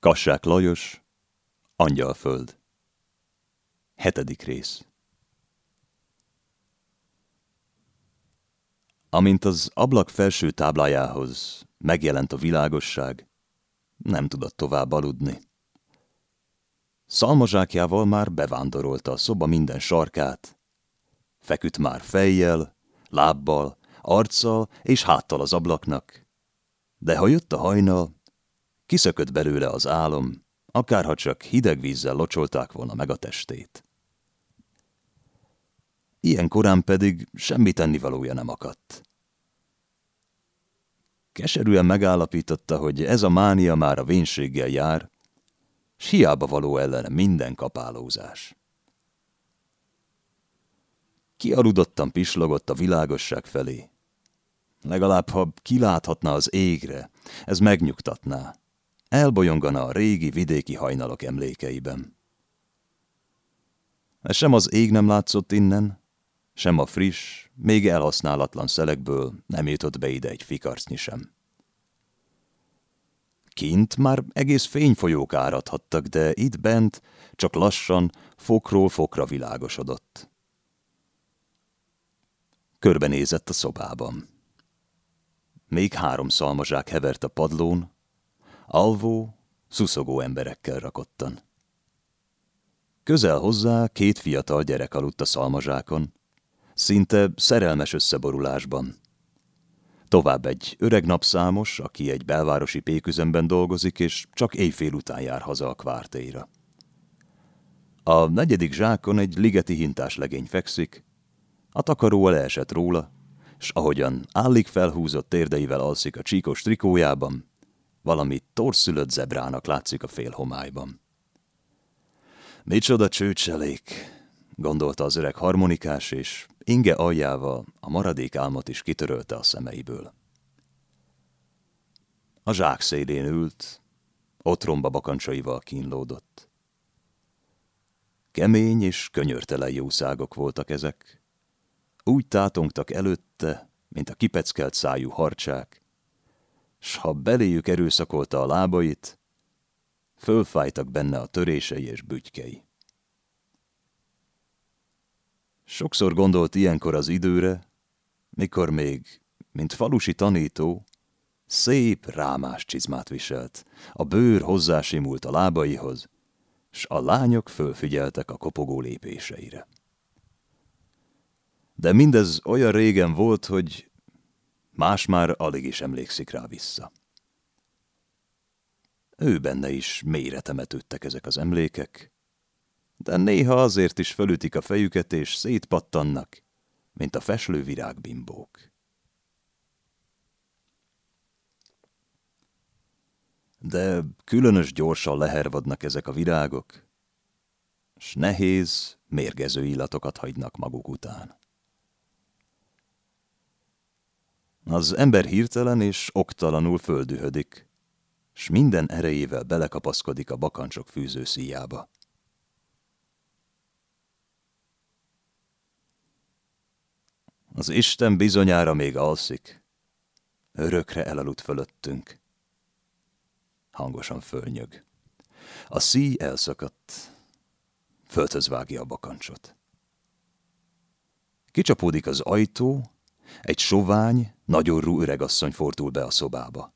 Kassák Lajos, Angyalföld. 7. rész. Amint az ablak felső táblájához megjelent a világosság, nem tudott tovább aludni. Szalmazsákjával már bevándorolta a szoba minden sarkát. Feküdt már fejjel, lábbal, arccal és háttal az ablaknak. De ha jött a hajnal, kiszökött belőle az álom, akárha csak hideg vízzel locsolták volna meg a testét. Ilyen korán pedig semmi tennivalója nem akadt. Keserűen megállapította, hogy ez a mánia már a vénséggel jár, s hiába való ellene minden kapálózás. Kialudottan pislogott a világosság felé. Legalább, ha kiláthatna az égre, ez megnyugtatná. Elbolyongana a régi vidéki hajnalok emlékeiben. Sem az ég nem látszott innen, sem a friss, még elhasználatlan szelekből nem jutott be ide egy fikarcnyi sem. Kint már egész fényfolyók áradhattak, de itt bent csak lassan, fokról fokra világosodott. Körbenézett a szobában. Még 3 szalmazsák hevert a padlón, alvó, szuszogó emberekkel rakottan. Közel hozzá 2 fiatal gyerek aludt a szalmazsákon, szinte szerelmes összeborulásban. Tovább egy öreg napszámos, aki egy belvárosi péküzemben dolgozik, és csak éjfél után jár haza a kvártéra. A 4. zsákon egy ligeti hintás legény fekszik, a takaró leesett róla, s ahogyan állig felhúzott térdeivel alszik a csíkos trikójában, valami torszülött zebrának látszik a félhomályban. Micsoda csőcselék, gondolta az öreg harmonikás, és inge aljával a maradék álmot is kitörölte a szemeiből. A zsák szélén ült, otromba bakancsaival kínlódott. Kemény és könyörtelen jószágok voltak ezek, úgy tátongtak előtte, mint a kipeckelt szájú harcsák, s ha beléjük erőszakolta a lábait, fölfájtak benne a törései és bütykei. Sokszor gondolt ilyenkor az időre, mikor még, mint falusi tanító, szép rámás csizmát viselt, a bőr hozzásimult a lábaihoz, s a lányok fölfigyeltek a kopogó lépéseire. De mindez olyan régen volt, hogy más már alig is emlékszik rá vissza. Ő benne is mélyre temetődtek ezek az emlékek, de néha azért is fölütik a fejüket és szétpattannak, mint a feslő virágbimbók. De különös gyorsan lehervadnak ezek a virágok, s nehéz, mérgező illatokat hagynak maguk után. Az ember hirtelen és oktalanul földühödik, s minden erejével belekapaszkodik a bakancsok fűzőszíjába. Az Isten bizonyára még alszik, örökre elaludt fölöttünk. Hangosan fölnyög. A szíj elszakadt, földhöz vágja a bakancsot. Kicsapódik az ajtó, egy sovány, nagyorrú öregasszony fordul be a szobába.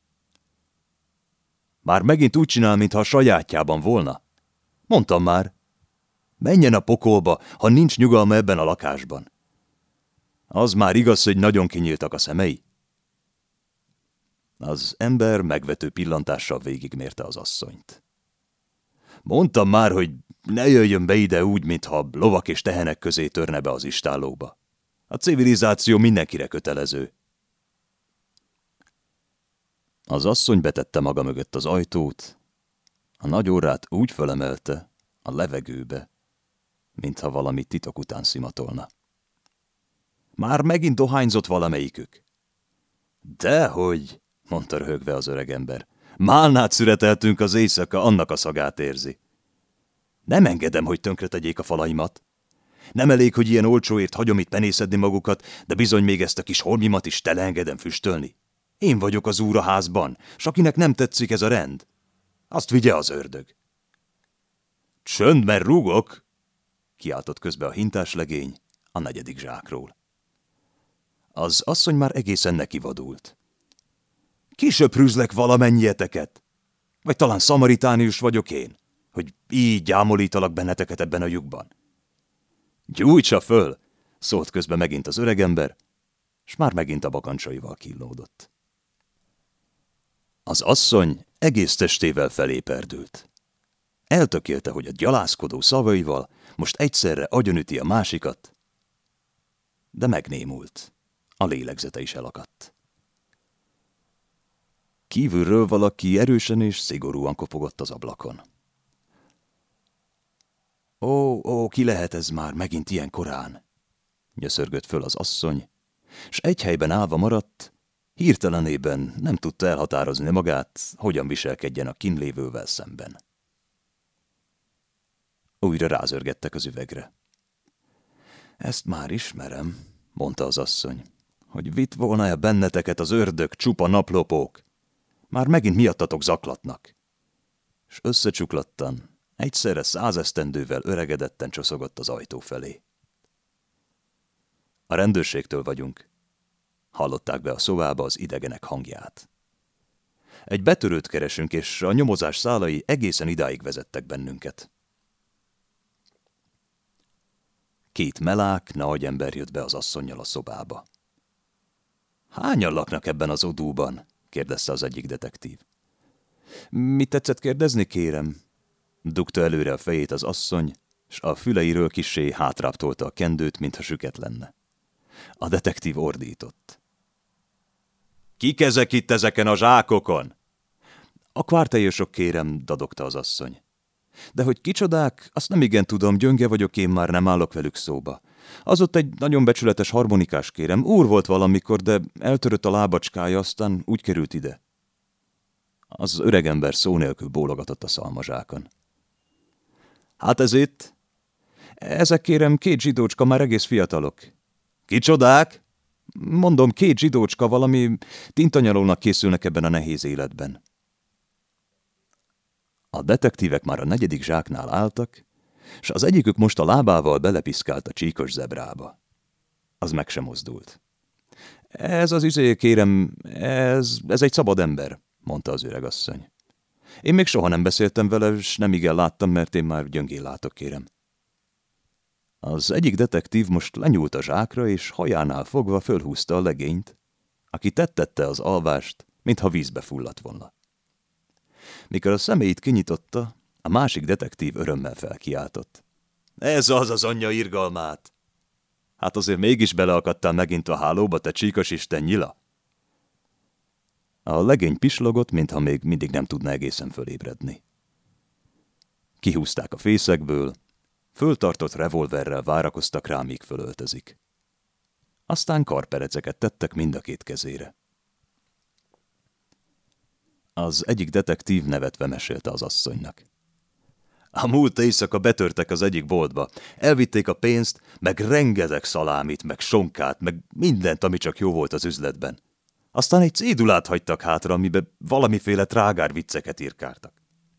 Már megint úgy csinál, mintha a sajátjában volna. Mondtam már, menjen a pokolba, ha nincs nyugalma ebben a lakásban. Az már igaz, hogy nagyon kinyíltak a szemei? Az ember megvető pillantással végigmérte az asszonyt. Mondtam már, hogy ne jöjjön be ide úgy, mintha lovak és tehenek közé törne be az istállóba. A civilizáció mindenkire kötelező. Az asszony betette maga mögött az ajtót, a nagy órát úgy fölemelte a levegőbe, mintha valami titok után szimatolna. Már megint dohányzott valamelyikük. Dehogy, mondta röhögve az öregember. Málnát szüreteltünk az éjszaka, annak a szagát érzi. Nem engedem, hogy tönkretegyék a falaimat. Nem elég, hogy ilyen olcsóért hagyom itt penészedni magukat, de bizony még ezt a kis holmimat is teleengedem füstölni. Én vagyok az úr a házban, s akinek nem tetszik ez a rend. Azt vigye az ördög. Csönd, mert rúgok! Kiáltott közbe a hintás legény a 4. zsákról. Az asszony már egészen nekivadult. Kisöprűzlek valamennyieteket? Vagy talán szamaritánius vagyok én, hogy így gyámolítalak benneteket ebben a lyukban? Gyújtsa föl! Szólt közbe megint az öregember, s már megint a bakancsaival kínlódott. Az asszony egész testével felé perdült. Eltökélte, hogy a gyalászkodó szavaival most egyszerre agyonüti a másikat, de megnémult. A lélegzete is elakadt. Kívülről valaki erősen és szigorúan kopogott az ablakon. Ó, ki lehet ez már megint ilyen korán? Nyöszörgött föl az asszony, s egy helyben állva maradt, hirtelenében nem tudta elhatározni magát, hogyan viselkedjen a kínlévővel szemben. Újra rázörgettek az üvegre. Ezt már ismerem, mondta az asszony, hogy vitt volna-e benneteket az ördög csupa naplopók. Már megint miattatok zaklatnak. S összecsuklattan, egyszerre 100 esztendővel öregedetten csoszogott az ajtó felé. A rendőrségtől vagyunk. Hallották be a szobába az idegenek hangját. Egy betörőt keresünk, és a nyomozás szálai egészen idáig vezettek bennünket. 2 melák, nagy ember jött be az asszonnyal a szobába. Hányan laknak ebben az odúban? Kérdezte az egyik detektív. Mit tetszett kérdezni, kérem? Dugta előre a fejét az asszony, s a füleiről kissé hátrább tolta a kendőt, mintha süket lenne. A detektív ordított. Kik ezek itt ezeken a zsákokon? A kvárteljosok, kérem, dadogta az asszony. De hogy kicsodák, azt nem igen tudom, gyönge vagyok, én már nem állok velük szóba. Az ott egy nagyon becsületes harmonikás, kérem, úr volt valamikor, de eltörött a lábacskája, aztán úgy került ide. Az öregember szó nélkül bólogatott a szalmazsákon. Hát ez itt? Ezek, kérem, 2 zsidócska, már egész fiatalok. Kicsodák? Mondom, 2 zsidócska, valami tintanyalónak készülnek ebben a nehéz életben. A detektívek már a 4. zsáknál álltak, s az egyikük most a lábával belepiszkált a csíkos zebrába. Az meg sem mozdult. Ez az kérem, ez egy szabad ember, mondta az öregasszony. Én még soha nem beszéltem vele, s nem igen láttam, mert én már gyöngén látok, kérem. Az egyik detektív most lenyúlt a zsákra, és hajánál fogva fölhúzta a legényt, aki tettette az alvást, mintha vízbe fulladt volna. Mikor a szemét kinyitotta, a másik detektív örömmel felkiáltott. Ez az anyja irgalmát! Hát azért mégis beleakadtál megint a hálóba, te csíkos isten nyila? A legény pislogott, mintha még mindig nem tudna egészen fölébredni. Kihúzták a fészekből, föltartott revolverrel várakoztak rá, míg fölöltözik. Aztán karpereceket tettek mind a 2 kezére. Az egyik detektív nevetve mesélte az asszonynak. A múlt éjszaka betörtek az egyik boltba, elvitték a pénzt, meg rengeteg szalámit, meg sonkát, meg mindent, ami csak jó volt az üzletben. Aztán egy cédulát hagytak hátra, amiben valamiféle trágár vicceket írkáltak.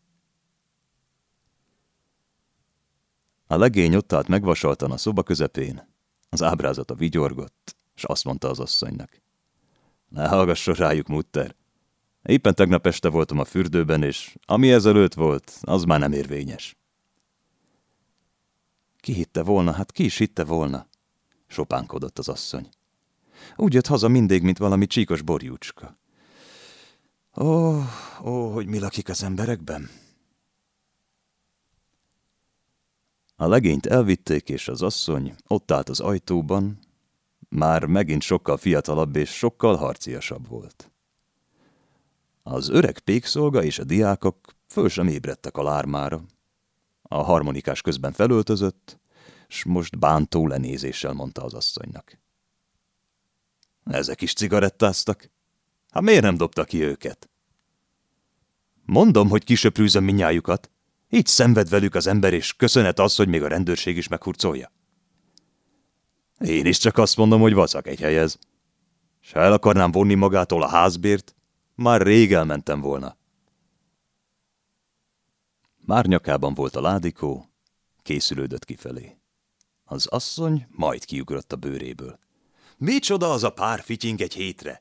A legény ott állt megvasaltan a szoba közepén, az ábrázata vigyorgott, s azt mondta az asszonynak. Ne hallgasson rájuk, mutter. Éppen tegnap este voltam a fürdőben, és ami ezelőtt volt, az már nem érvényes. Ki hitte volna, hát ki is hitte volna, sopánkodott az asszony. Úgy jött haza mindig, mint valami csíkos borjúcska. Ó, hogy mi lakik az emberekben? A legényt elvitték, és az asszony ott állt az ajtóban, már megint sokkal fiatalabb és sokkal harciasabb volt. Az öreg pékszolga és a diákok föl sem ébredtek a lármára. A harmonikás közben felöltözött, s most bántó lenézéssel mondta az asszonynak. Ezek is cigarettáztak? Hát miért nem dobta ki őket? Mondom, hogy kisöprűzöm mindnyájukat. Így szenved velük az ember, és köszönet az, hogy még a rendőrség is meghurcolja. Én is csak azt mondom, hogy vacak egy helyez. S ha el akarnám vonni magától a házbért, már rég elmentem volna. Már nyakában volt a ládikó, készülődött kifelé. Az asszony majd kiugrott a bőréből. Micsoda az a pár fitying egy hétre?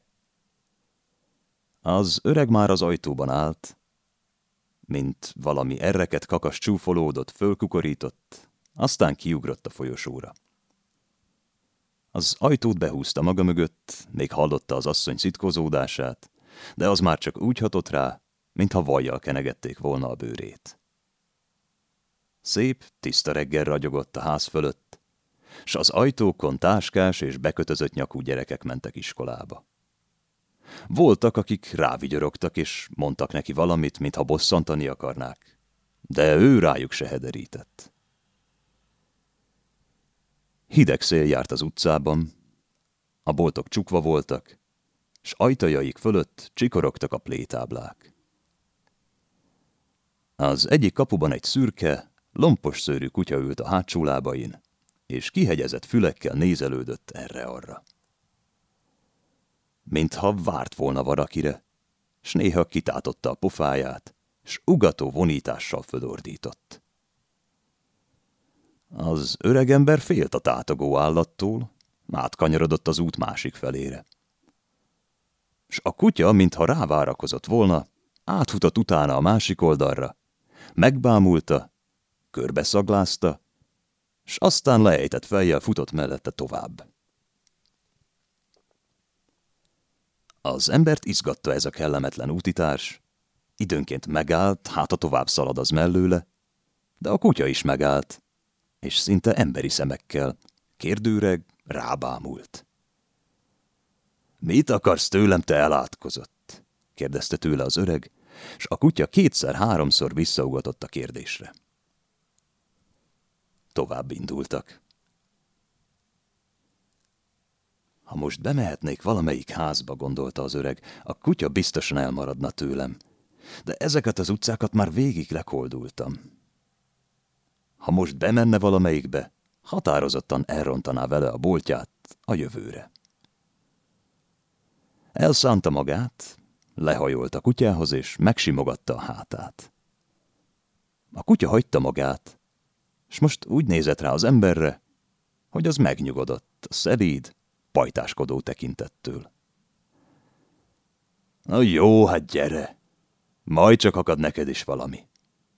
Az öreg már az ajtóban állt, mint valami erreket kakas csúfolódott, fölkukorított, aztán kiugrott a folyosóra. Az ajtót behúzta maga mögött, még hallotta az asszony szitkozódását, de az már csak úgy hatott rá, mintha vajjal kenegették volna a bőrét. Szép, tiszta reggel ragyogott a ház fölött, s az ajtókon táskás és bekötözött nyakú gyerekek mentek iskolába. Voltak, akik rávigyorogtak és mondtak neki valamit, mintha bosszantani akarnák, de ő rájuk se hederített. Hideg szél járt az utcában, a boltok csukva voltak, s ajtajaik fölött csikorogtak a plétáblák. Az egyik kapuban egy szürke, lompos szőrű kutya ült a hátsó lábain, és kihegyezett fülekkel nézelődött erre-arra. Mintha várt volna valakire, s néha kitátotta a pofáját, s ugató vonítással fölordított. Az öregember félt a tátogó állattól, átkanyarodott az út másik felére. S a kutya, mintha rávárakozott volna, átfutott utána a másik oldalra, megbámulta, körbeszaglázta, s aztán leejtett fejjel futott mellette tovább. Az embert izgatta ez a kellemetlen útitárs, időnként megállt, hát a tovább szalad az mellőle, de a kutya is megállt, és szinte emberi szemekkel, kérdőreg, rábámult. Mit akarsz tőlem, te elátkozott? Kérdezte tőle az öreg, s a kutya kétszer-háromszor visszaugatott a kérdésre. Tovább indultak. Ha most bemehetnék valamelyik házba, gondolta az öreg, a kutya biztosan elmaradna tőlem, de ezeket az utcákat már végig lekoldultam. Ha most bemenne valamelyikbe, határozottan elrontaná vele a boltját a jövőre. Elszánta magát, lehajolt a kutyához, és megsimogatta a hátát. A kutya hagyta magát, s most úgy nézett rá az emberre, hogy az megnyugodott, szelíd, pajtáskodó tekintettől. Na jó, hát gyere, majd csak akad neked is valami.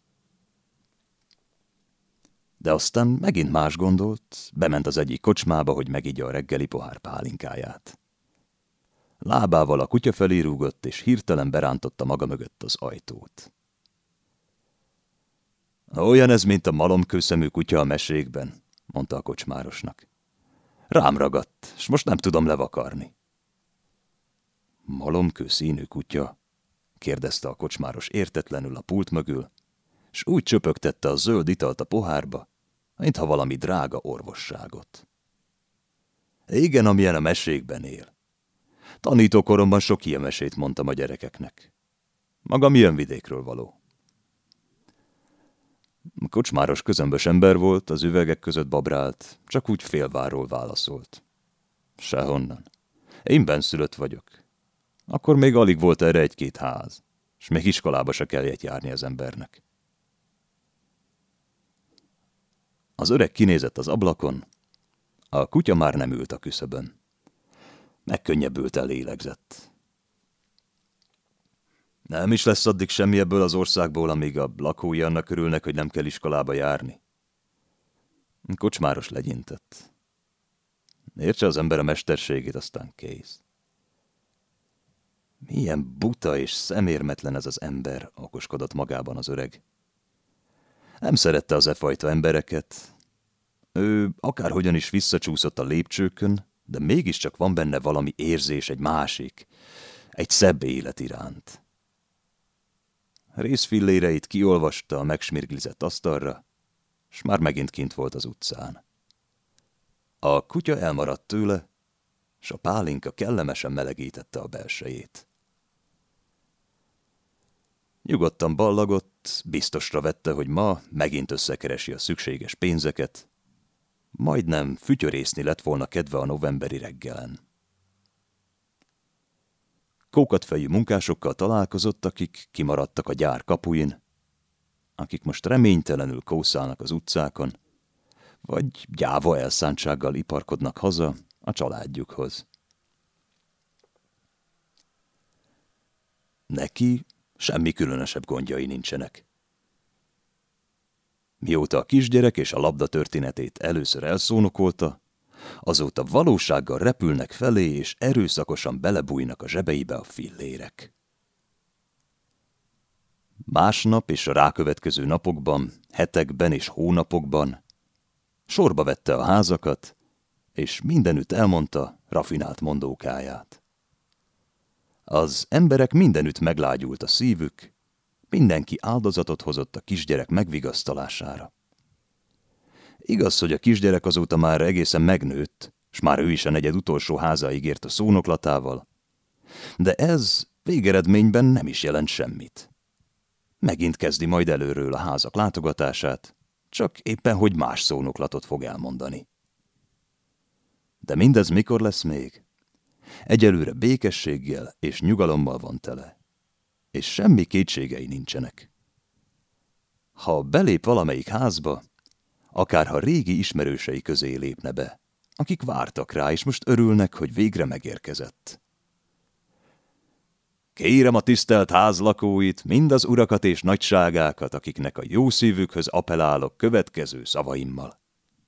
De aztán megint más gondolt, bement az egyik kocsmába, hogy megigya a reggeli pohár pálinkáját. Lábával a kutya felé rúgott, és hirtelen berántotta maga mögött az ajtót. Olyan ez, mint a malomkőszemű kutya a mesékben, mondta a kocsmárosnak. Rám ragadt, s most nem tudom levakarni. Malomkő színű kutya? Kérdezte a kocsmáros értetlenül a pult mögül, s úgy csöpögtette a zöld italt a pohárba, mintha valami drága orvosságot. Igen, amilyen a mesékben él. Tanítókoromban sok ilyen mesét mondtam a gyerekeknek. Maga milyen vidékről való? A kocsmáros közömbös ember volt, az üvegek között babrált, csak úgy félvárról válaszolt. Sehonnan. Én bennszülött vagyok. Akkor még alig volt erre egy-két ház, s még iskolába se kellett járni az embernek. Az öreg kinézett az ablakon, a kutya már nem ült a küszöbön. Megkönnyebbülten lélegzett. Nem is lesz addig semmi ebből az országból, amíg a lakói annak örülnek, hogy nem kell iskolába járni. Kocsmáros legyintett. Értse az ember a mesterségét, aztán kész. Milyen buta és szemérmetlen ez az ember, okoskodott magában az öreg. Nem szerette az e fajta embereket. Ő akárhogyan is visszacsúszott a lépcsőkön, de mégiscsak van benne valami érzés, egy másik, egy szebb élet iránt. Részfilléreit kiolvasta a megsmirglizett asztalra, s már megint kint volt az utcán. A kutya elmaradt tőle, s a pálinka kellemesen melegítette a belsejét. Nyugodtan ballagott, biztosra vette, hogy ma megint összekeresi a szükséges pénzeket, majdnem fütyörészni lett volna kedve a novemberi reggelen. Kókatfejű munkásokkal találkozott, akik kimaradtak a gyár kapuin, akik most reménytelenül kószálnak az utcákon, vagy gyáva elszántsággal iparkodnak haza a családjukhoz. Neki semmi különösebb gondjai nincsenek. Mióta a kisgyerek és a labda történetét először elszónokolta, azóta valósággal repülnek felé, és erőszakosan belebújnak a zsebeibe a fillérek. Másnap és a rákövetkező napokban, hetekben és hónapokban sorba vette a házakat, és mindenütt elmondta rafinált mondókáját. Az emberek mindenütt meglágyult a szívük, mindenki áldozatot hozott a kisgyerek megvigasztalására. Igaz, hogy a kisgyerek azóta már egészen megnőtt, s már ő is a negyed utolsó házáig ért a szónoklatával, de ez végeredményben nem is jelent semmit. Megint kezdi majd előről a házak látogatását, csak éppen, hogy más szónoklatot fog elmondani. De mindez mikor lesz még? Egyelőre békességgel és nyugalommal van tele, és semmi kétségei nincsenek. Ha belép valamelyik házba, akárha régi ismerősei közé lépne be, akik vártak rá, és most örülnek, hogy végre megérkezett. Kérem a tisztelt ház lakóit, mind az urakat és nagyságákat, akiknek a jó szívükhöz appellálok következő szavaimmal.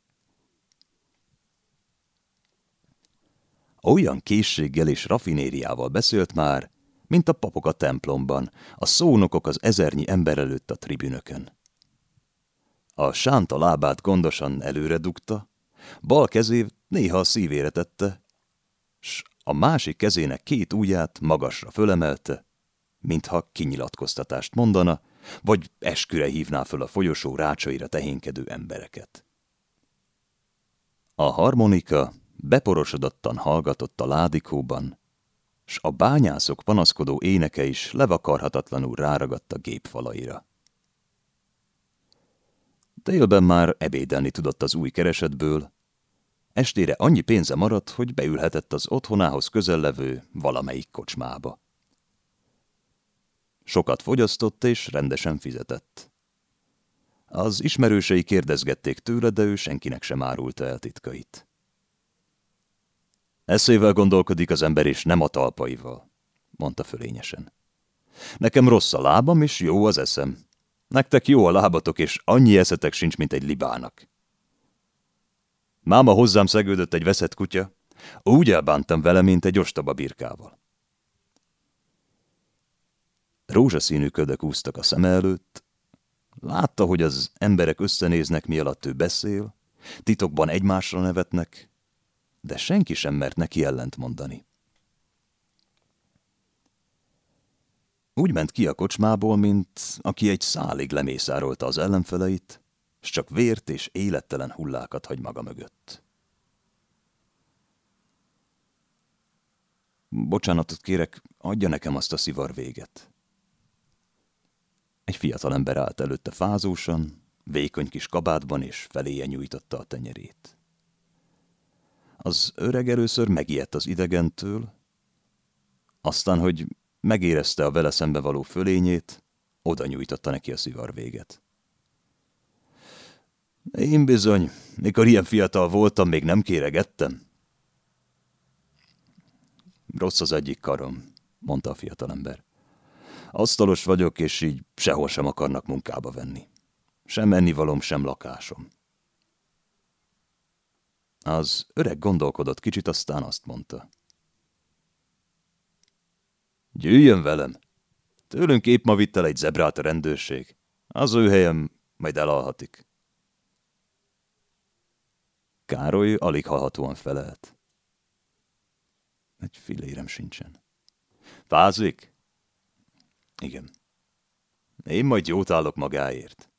Olyan készséggel és raffinériával beszélt már, mint a papok a templomban, a szónokok az ezernyi ember előtt a tribünökön. A sánta lábát gondosan előre dugta, bal kezét néha a szívére tette, s a másik kezének két ujját magasra fölemelte, mintha kinyilatkoztatást mondana, vagy esküre hívná föl a folyosó rácsaira tehénkedő embereket. A harmonika beporosodottan hallgatott a ládikóban, s a bányászok panaszkodó éneke is levakarhatatlanul ráragadt a gépfalaira. Délben már ebédelni tudott az új keresetből, estére annyi pénze maradt, hogy beülhetett az otthonához közel levő valamelyik kocsmába. Sokat fogyasztott és rendesen fizetett. Az ismerősei kérdezgették tőle, de ő senkinek sem árulta el titkait. Eszével gondolkodik az ember, és nem a talpaival, mondta fölényesen. Nekem rossz a lábam, és jó az eszem. Nektek jó a lábatok, és annyi eszetek sincs, mint egy libának. Máma hozzám szegődött egy veszett kutya, úgy elbántam vele, mint egy ostoba birkával. Rózsaszínű ködök úsztak a szeme előtt, látta, hogy az emberek összenéznek, mi alatt ő beszél, titokban egymásra nevetnek, de senki sem mert neki ellent mondani. Úgy ment ki a kocsmából, mint aki egy szálig lemészárolta az ellenfeleit, s csak vért és élettelen hullákat hagy maga mögött. Bocsánatot kérek, adja nekem azt a szivarvéget. Egy fiatalember állt előtte fázósan, vékony kis kabátban, és feléje nyújtotta a tenyerét. Az öreg először megijedt az idegentől, aztán, hogy megérezte a vele szembe való fölényét, oda nyújtotta neki a szivarvéget. Én bizony, mikor ilyen fiatal voltam, még nem kéregettem. Rossz az egyik karom, mondta a fiatalember. Asztalos vagyok, és így sehol sem akarnak munkába venni. Sem ennivalom, sem lakásom. Az öreg gondolkodott kicsit, aztán azt mondta. Gyűjjön velem! Tőlünk épp ma vitt el egy zebrát a rendőrség. Az ő helyem majd elalhatik. Károly alig hallhatóan felelt. Egy fillérem sincsen. Fázik? Igen. Én majd jót állok magáért.